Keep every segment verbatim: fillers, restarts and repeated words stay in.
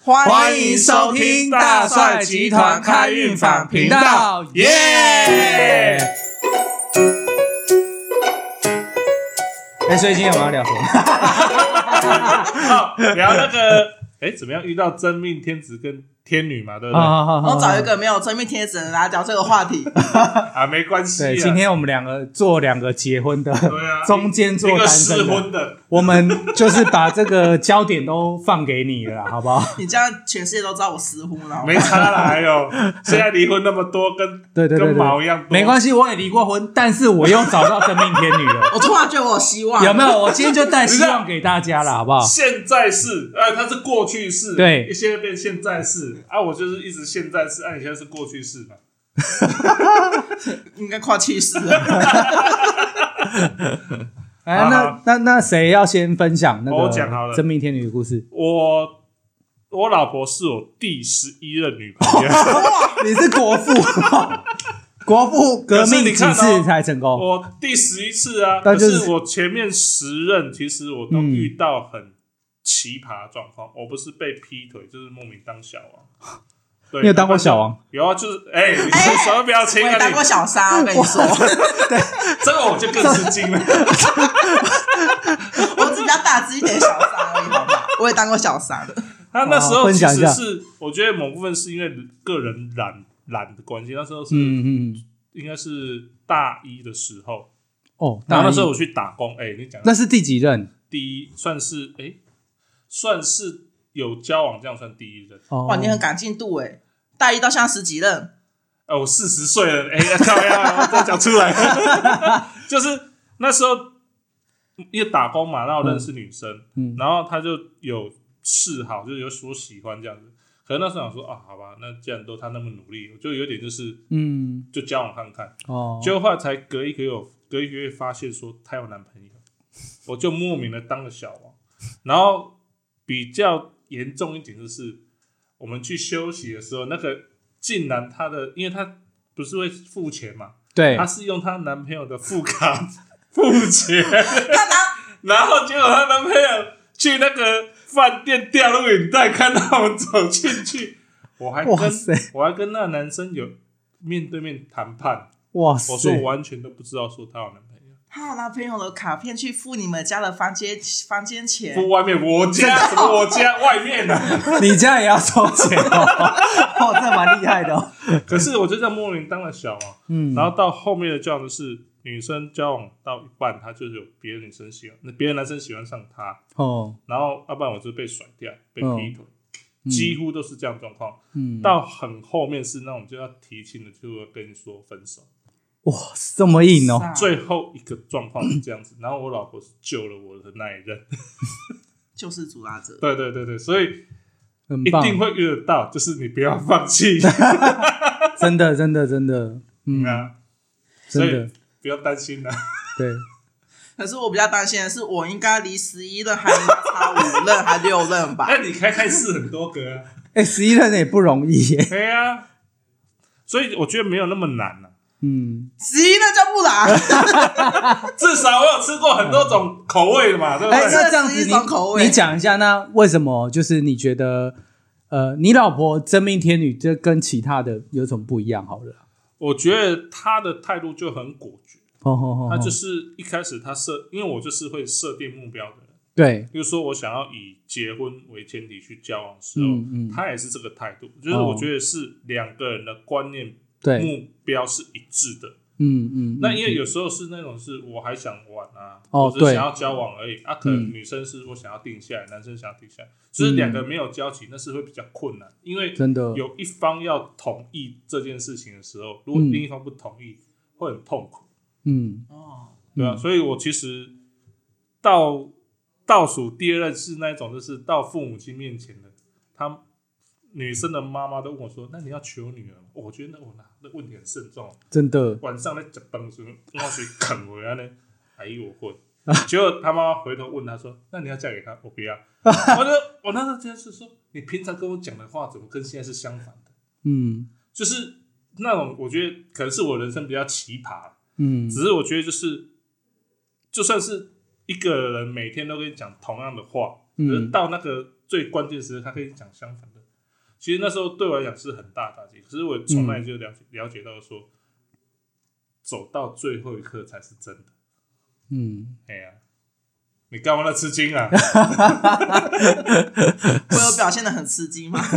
欢迎收听大帅集团开运坊频道，耶、yeah! 哎、欸，所以今天我们要聊什么？ 好，聊那个，哎、欸，怎么样遇到真命天子跟天女嘛，对不对？ 我找一个没有真命天子的人来聊这个话题啊，没关系。 对，今天我们两个做两个结婚的， 对啊， 中间做单身的， 一个失婚的， 我们就是把这个焦点都放给你了啦，好不好？ 你这样全世界都知道我失婚了， 没差啦，还有现在离婚那么多，跟对对对对跟毛一样多， 没关系，我也离过婚，但是我又找到真命天女了。 我突然觉得我有希望， 有没有？我今天就带希望给大家了，好不好？ 现在式，啊，它是过去式， 对， 现在变现在式，啊，我就是一直现在式，啊，你现在是过去式嘛？ 应该跨去式了。 哎，那那那谁要先分享那我讲好了个真命天女的故事？ 我我老婆是我第十一任女朋友。 你是国父，国父革命几次才成功？ 我第十一次啊，可是我前面十任其实我都遇到很奇葩的状况。我不是被劈腿，就是莫名当小王。 对，你有当过小王？ 有啊，就是哎，你是什么表情啊？ 我也当过小三，我跟你说， 对，这个我就更吃惊了。 我只比较大只一点的小三而已，好吧？我也当过小三的。 他那时候其实是，我觉得某部分是因为个人懒懒的关系。那时候是，嗯嗯，应该是大一的时候哦。 然后那时候我去打工，哎，你讲那是第几任？ 第一，算是哎，算是有交往，这样算第一任。 哇，你很赶进度哎，大一到现在十几任。 哎，我四十岁了，哎，靠呀，再讲出来，就是那时候因为打工嘛，然后认识女生，嗯，然后他就有示好，就是有所喜欢这样子。可是那时候想说啊，好吧，那既然都他那么努力，我就有点就是，嗯，就交往看看。哦，结果后来才隔一个月，隔一个月发现说他有男朋友，我就莫名的当了小王。然后比较严重一点就是，我们去休息的时候，那个竟然他的，因为他不是会付钱嘛， 对， 他是用她男朋友的副卡付钱，然后结果她男朋友去那个饭店调录影带，看到我们走进去，我还跟我还跟那个男生有面对面谈判。 哇塞！ 我说我完全都不知道说他有男朋友， 他有男朋友的卡片去付你们家的房间房间钱， 付外面我家什么我家外面啊？ 你家也要收钱哦？哦，这蛮厉害的哦。 可是我就这样莫名当了小王，嗯，然后到后面的交往的是女生交往到一半，他就是有别的女生喜欢，别的男生喜欢上他哦，然后要不然我就被甩掉，被劈腿，嗯、几乎都是这样状况。嗯，到很后面是那种就要提亲的，就会跟你说分手。 哇，这么硬哦！ 最后一个状况是这样子，然后我老婆是救了我的那一任， 救世主拉着。 对对对对，所以一定会遇得到，就是你不要放弃。 真的真的真的， 嗯啊，所以不要担心啦。 对。 可是我比较担心的是，我应该离十一任还应该差五任还六任吧？ 那你开开试很多个啊。 哎、欸，十一任也不容易耶。 对啊，所以我觉得没有那么难啊。 嗯，十一那叫不难， 至少我有吃过很多种口味的嘛，对不对？ 哎、欸，那这样子你你讲一下，那为什么就是你觉得呃，你老婆真命天女这跟其他的有什么不一样？好了， 我觉得她的态度就很果决， 哦哦哦， 她就是一开始她设，因为我就是会设定目标的人， 对， 比如说我想要以结婚为前提去交往的时候，嗯嗯，她也是这个态度，就是我觉得是两个人的观念。对，目标是一致的，嗯嗯。那因为有时候是那种是我还想玩啊，哦、我只是想要交往而已啊。可能女生是我想要定下来，嗯、男生想要定下来，就是两个人没有交集，那是会比较困难，因为真的有一方要同意这件事情的时候，如果另一方不同意，嗯、会很痛苦。嗯，哦，对啊，所以我其实到倒数第二任是那种，就是到父母亲面前的，他。女生的妈妈都问我说：“那你要求女儿？”哦、我觉得那我那问题很慎重，真的。晚上在吃饭时，我去啃回来呢，还以我混。结果他妈妈回头问他说：“那你要嫁给他？”我不要。我就我那时候就是说，你平常跟我讲的话，怎么跟现在是相反的？嗯，就是那种我觉得可能是我人生比较奇葩。嗯，只是我觉得就是，就算是一个人每天都跟你讲同样的话，嗯，可是到那个最关键时刻他可以讲相反的。其实那时候对我来讲是很大的打击，可是我从来就了解、嗯、了解到说，走到最后一刻才是真的。嗯，哎呀、啊，你干嘛那吃惊啊？ 我有表现得很吃惊吗？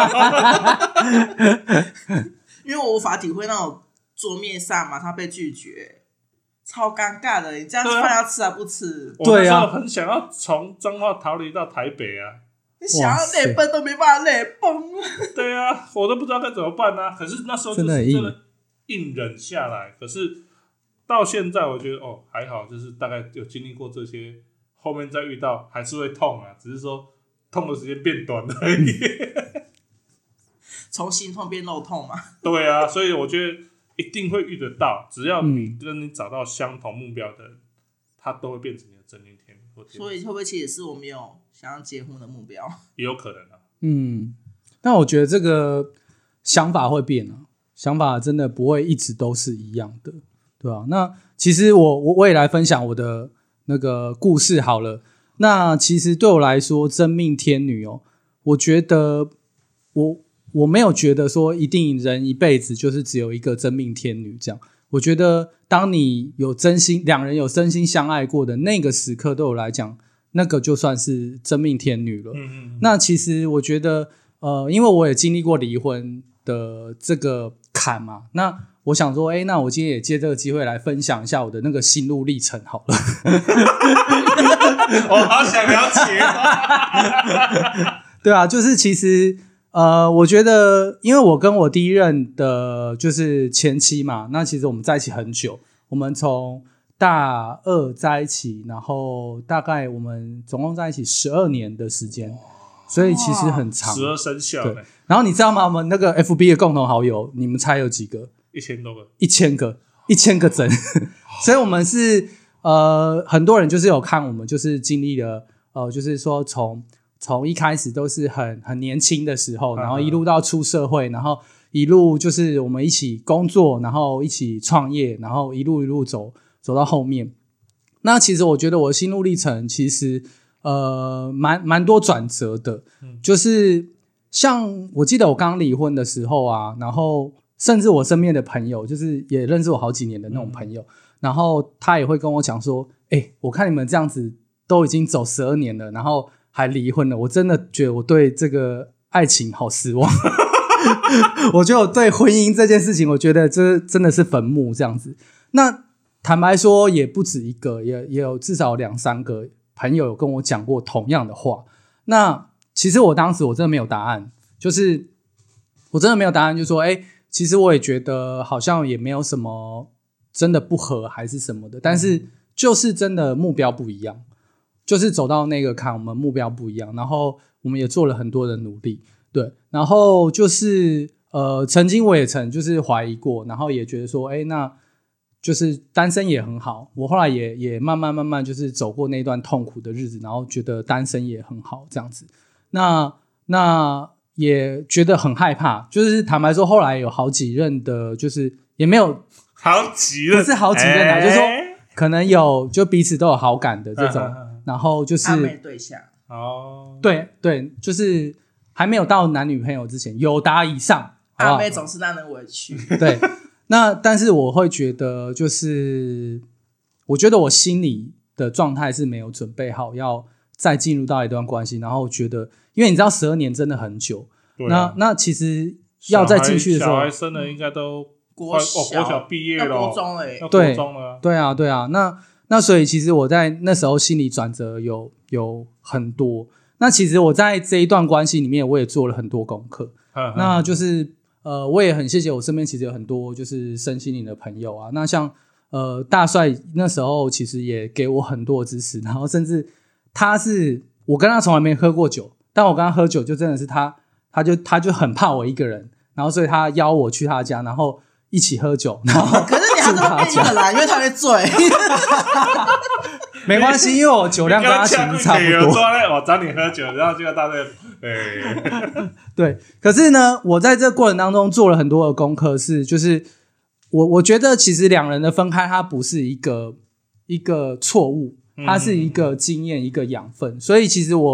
因为我无法体会那种桌面上嘛，他被拒绝，超尴尬的。你这样子饭要吃还不吃？ 对啊，我那时候很想要从彰化逃离到台北啊。 你想要泪奔都没办法泪崩。 对啊，我都不知道该怎么办啊。可是那时候就是真的硬忍下来。可是到现在，我觉得哦还好，就是大概有经历过这些，后面再遇到还是会痛啊，只是说痛的时间变短了而已。 从心痛变肉痛嘛。 对啊，所以我觉得一定会遇得到，只要你跟你找到相同目标的人，他都会变成你的真命天女。 所以会不会其实是我没有想要结婚的目标？ 也有可能啊。 嗯，但我觉得这个想法会变啊，想法真的不会一直都是一样的，对吧、啊？那其实我我我也来分享我的那个故事好了。那其实对我来说，真命天女哦，我觉得我我没有觉得说一定人一辈子就是只有一个真命天女这样。我觉得当你有真心，两人有真心相爱过的那个时刻，对我来讲，那个就算是真命天女了。嗯嗯嗯。那其实我觉得，呃，因为我也经历过离婚的这个坎嘛，那我想说，哎，那我今天也借这个机会来分享一下我的那个心路历程好了。 我好想了解。 对啊，就是其实。呃，我觉得，因为我跟我第一任的就是前妻嘛，那其实我们在一起很久，我们从大二在一起，然后大概我们总共在一起十二年的时间，所以其实很长。 十二生肖。对。 然后你知道吗？我们那个 F B 的共同好友，你们猜有几个？ 一千多个。 一千个，一千个整。所以我们是呃，很多人就是有看我们，就是经历了呃，就是说从。从一开始都是很很年轻的时候，然后一路到出社会，然后一路就是我们一起工作，然后一起创业，然后一路一路走走到后面。那其实我觉得我的心路历程其实呃蛮蛮多转折的，嗯、就是像我记得我刚离婚的时候啊，然后甚至我身边的朋友，就是也认识我好几年的那种朋友，嗯、然后他也会跟我讲说，哎、欸，我看你们这样子都已经走十二年了，然后还离婚了，我真的觉得我对这个爱情好失望。我觉得我对婚姻这件事情，我觉得这真的是坟墓这样子。那坦白说，也不止一个，也也有至少两三个朋友有跟我讲过同样的话。那其实我当时我真的没有答案，就是我真的没有答案，就说，哎，其实我也觉得好像也没有什么真的不合还是什么的，但是就是真的目标不一样。就是走到那个坎，我们目标不一样，然后我们也做了很多的努力，对，然后就是呃，曾经我也曾就是怀疑过，然后也觉得说，哎，那就是单身也很好。我后来也也慢慢慢慢就是走过那段痛苦的日子，然后觉得单身也很好这样子。那那也觉得很害怕，就是坦白说，后来有好几任的，就是也没有好几任， 不是好几任啊，欸、就是说可能有就彼此都有好感的这种。啊然后就是暧昧对象哦，对对，就是还没有到男女朋友之前，有达以上， 暧昧总是让人委屈。 对，那但是我会觉得，就是我觉得我心里的状态是没有准备好要再进入到一段关系，然后觉得，因为你知道十二年真的很久， 对啊、 那那其实要再进去的时候， 小孩生了应该都国小、 哦、国小毕业了， 要国中了， 要国中了， 对啊，对啊，那。那所以其实我在那时候心理转折有有很多，那其实我在这一段关系里面我也做了很多功课，呵呵那就是呃我也很谢谢我身边其实有很多就是身心灵的朋友啊，那像呃大帅那时候其实也给我很多的支持，然后甚至他是我跟他从来没喝过酒，但我跟他喝酒就真的是他他就他就很怕我一个人，然后所以他邀我去他家，然后一起喝酒，然后可是你还是会变一个啦，因为他会醉。 没关系，因为我酒量跟他其实差不多。 我找你喝酒，然后就大队，对对。可是呢，我在这过程当中做了很多的功课，是就是我我觉得其实两人的分开，它不是一个一个错误，它是一个经验，一个养分。所以其实我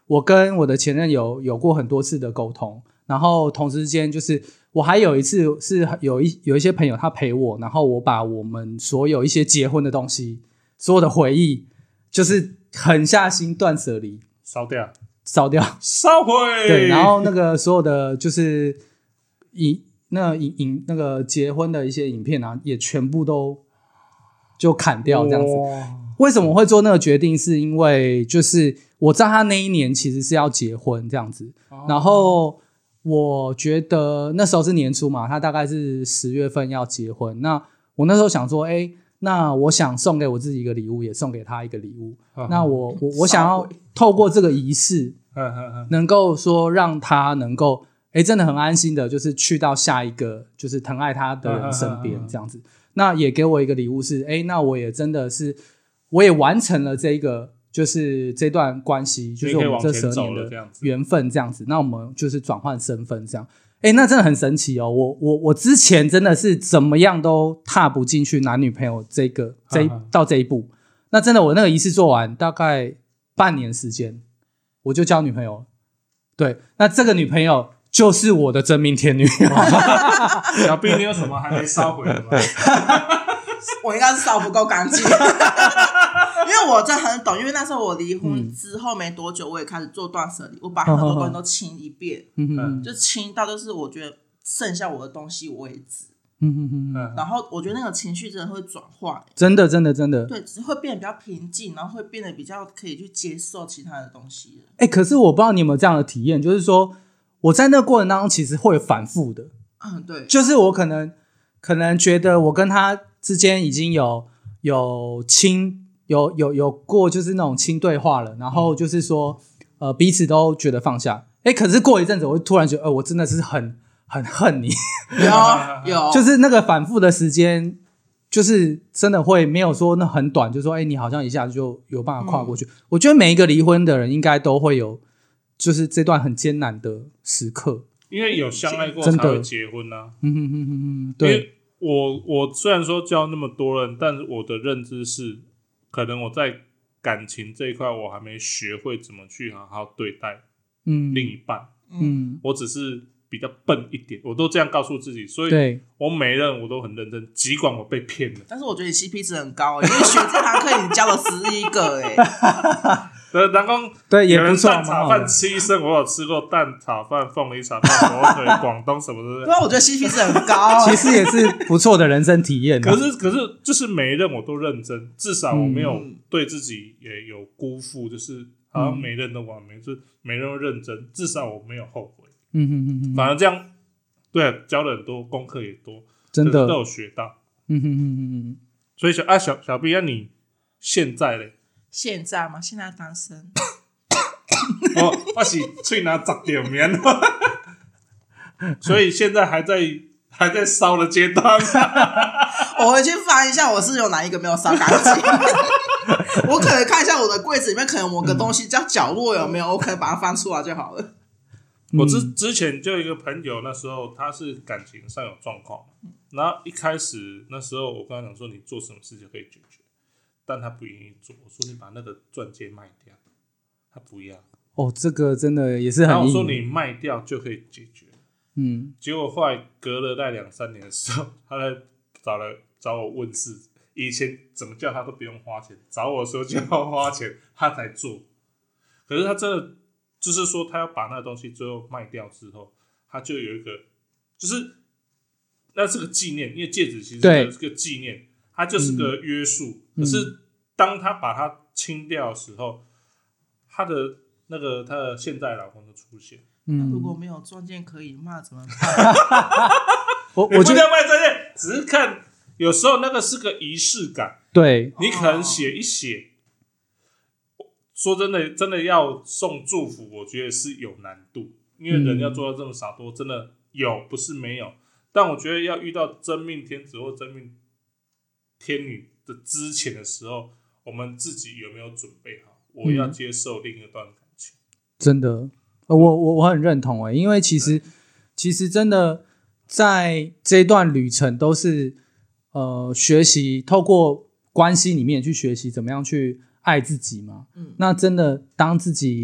我跟我的前任有有过很多次的沟通，然后同时间就是我还有一次是有一有一些朋友他陪我，然后我把我们所有一些结婚的东西，所有的回忆，就是狠下心断舍离， 烧掉， 烧掉， 烧毁。 对，然后那个所有的就是影那影影那个结婚的一些影片啊，也全部都就砍掉这样子。为什么会做那个决定？是因为就是我知道他那一年其实是要结婚这样子，哦、然后我觉得那时候是年初嘛，他大概是十月份要结婚。那我那时候想说，哎，那我想送给我自己一个礼物，也送给他一个礼物。嗯、那我我我想要透过这个仪式，能够说让他能够哎真的很安心的，就是去到下一个就是疼爱他的人身边这样子。那也给我一个礼物是，哎，那我也真的是。我也完成了这个，就是这段关系，就是我们这十二年的缘分这样子。那我们就是转换身份这样，哎，那真的很神奇哦。我我我之前真的是怎么样都踏不进去男女朋友这个这一到这一步。那真的我那个仪式做完，大概半年时间，我就交女朋友了。对，那这个女朋友就是我的真命天女。 小 B， 你有什么还没烧毁的吗？ 我应该是烧不够干净，因为我真的很懂。因为那时候我离婚之后没多久，我也开始做断舍离，我把很多东西都清一遍，嗯、就清到就是我觉得剩下我的东西为止。嗯、然后我觉得那个情绪真的会转化， 真的真的真的， 对，只会变得比较平静，然后会变得比较可以去接受其他的东西。 哎、欸，可是我不知道你有没有这样的体验，就是说我在那个过程当中其实会反复的， 嗯，对， 就是我可能可能觉得我跟他之间已经有有亲有有有过就是那种亲对话了，然后就是说呃彼此都觉得放下，哎，可是过一阵子我会突然觉得，呃，我真的是很很恨你， 有有， 就是那个反复的时间，就是真的会没有说那很短，就是说哎，你好像一下子就有办法跨过去。嗯、我觉得每一个离婚的人应该都会有，就是这段很艰难的时刻， 因为有相爱过才会结婚啊。 嗯哼哼哼哼，对。 我我虽然说交那么多人，但是我的认知是，可能我在感情这一块我还没学会怎么去好好对待另一半。嗯，我只是比较笨一点，我都这样告诉自己，所以我每一任我都很认真，尽管我被骗了。 但是我觉得你 C P 值很高，因为学这堂课你教了十一个哎、欸。 对，然后对也不错， 蛋炒饭吃一生，我有吃过蛋炒饭、凤梨炒饭、火腿、广东什么的。 对啊，我觉得 C P 值很高， 其实也是不错的人生体验。 可是，可是，就是每一任我都认真，至少我没有对自己也有辜负，就是好像每一任都完美，就是每一任都认真，至少我没有后悔。嗯哼哼哼，反而这样，对，教了很多，功课也多， 真的都有学到。 嗯哼哼哼哼， 所以小啊小小 B， 那你现在嘞？ 现在吗？现在单身。 我我是嘴拿十条面，所以现在还在还在烧的阶段。 我回去翻一下，我是有哪一个没有烧干净。我可能看一下我的柜子里面，可能某个东西叫角落有没有，我可能把它翻出来就好了。 我之之前就有一个朋友，那时候他是感情上有状况，然后一开始那时候我跟他讲说，你做什么事情可以解决。但他不愿意做，我说你把那个钻戒卖掉，他不要。 哦，这个真的也是很硬。 然后我说你卖掉就可以解决，嗯。结果后来隔了大概两三年的时候，他来找了找我问事，以前怎么叫他都不用花钱，找我的时候就要花钱，他才做。可是他真的就是说，他要把那个东西最后卖掉之后，他就有一个，就是那是个纪念，因为戒指其实是个纪念。它就是个约束、嗯，可是当他把它清掉的时候，他的那个他的现在老公就出现。 嗯，如果没有钻戒可以骂怎么办？ 我我觉得卖钻戒，只是看有时候那个是个仪式感。 对， 你可能写一写，哦、说真的，真的要送祝福，我觉得是有难度，因为人要做到这么洒脱，真的有不是没有。但我觉得要遇到真命天子或真命天女的之前的时候，我们自己有没有准备好？我要接受另一段感情。嗯、真的， 我我我很认同诶、欸，因为其实其实真的在这一段旅程都是呃学习，透过关系里面去学习怎么样去爱自己嘛。嗯，那真的当自己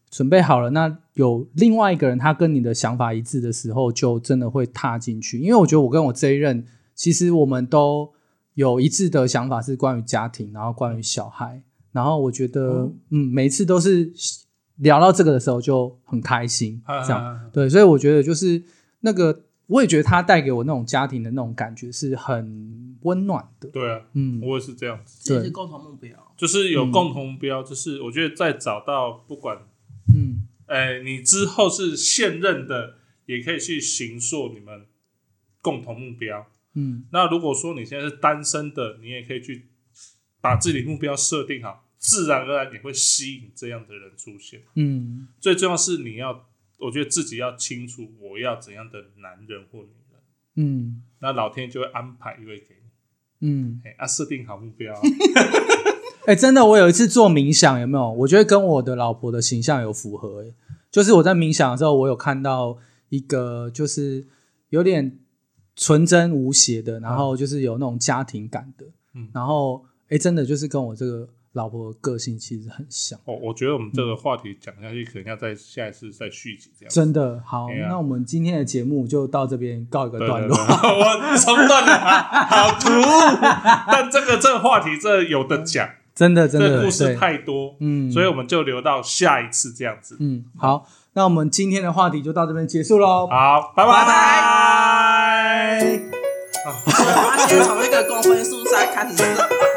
准备好了，那有另外一个人他跟你的想法一致的时候，就真的会踏进去。因为我觉得我跟我这一任，其实我们都有一致的想法，是关于家庭，然后关于小孩。然后我觉得，嗯, 嗯，每一次都是聊到这个的时候就很开心，这样对。所以我觉得就是那个，我也觉得他带给我那种家庭的那种感觉是很温暖的。 对啊，嗯，我也是这样子。 这也是共同目标， 就是有共同目标，嗯、就是我觉得再找到不管。嗯，哎，你之后是现任的，也可以去形塑你们共同目标。嗯，那如果说你现在是单身的，你也可以去把自己的目标设定好，自然而然也会吸引这样的人出现。嗯，最重要是你要，我觉得自己要清楚我要怎样的男人或女人。嗯，那老天就会安排一位给你。嗯，哎，啊，设定好目标、啊。 哎、欸，真的，我有一次做冥想，有没有？我觉得跟我的老婆的形象有符合、欸。就是我在冥想的时候，我有看到一个，就是有点纯真无邪的，然后就是有那种家庭感的。嗯，然后哎、欸，真的就是跟我这个老婆的个性其实很像。 哦，我觉得我们这个话题讲下去，可能要在下一次再续集这样。 真的好、啊，那我们今天的节目就到这边告一个段落。 对对对我中断了，好突兀。但这个这个话题，这有的讲。 真的真的， 这个故事太多，嗯，所以我们就留到下一次这样子。 嗯，好，那我们今天的话题就到这边结束喽。 好，拜拜。 拜拜。我发现从那个公分数上开始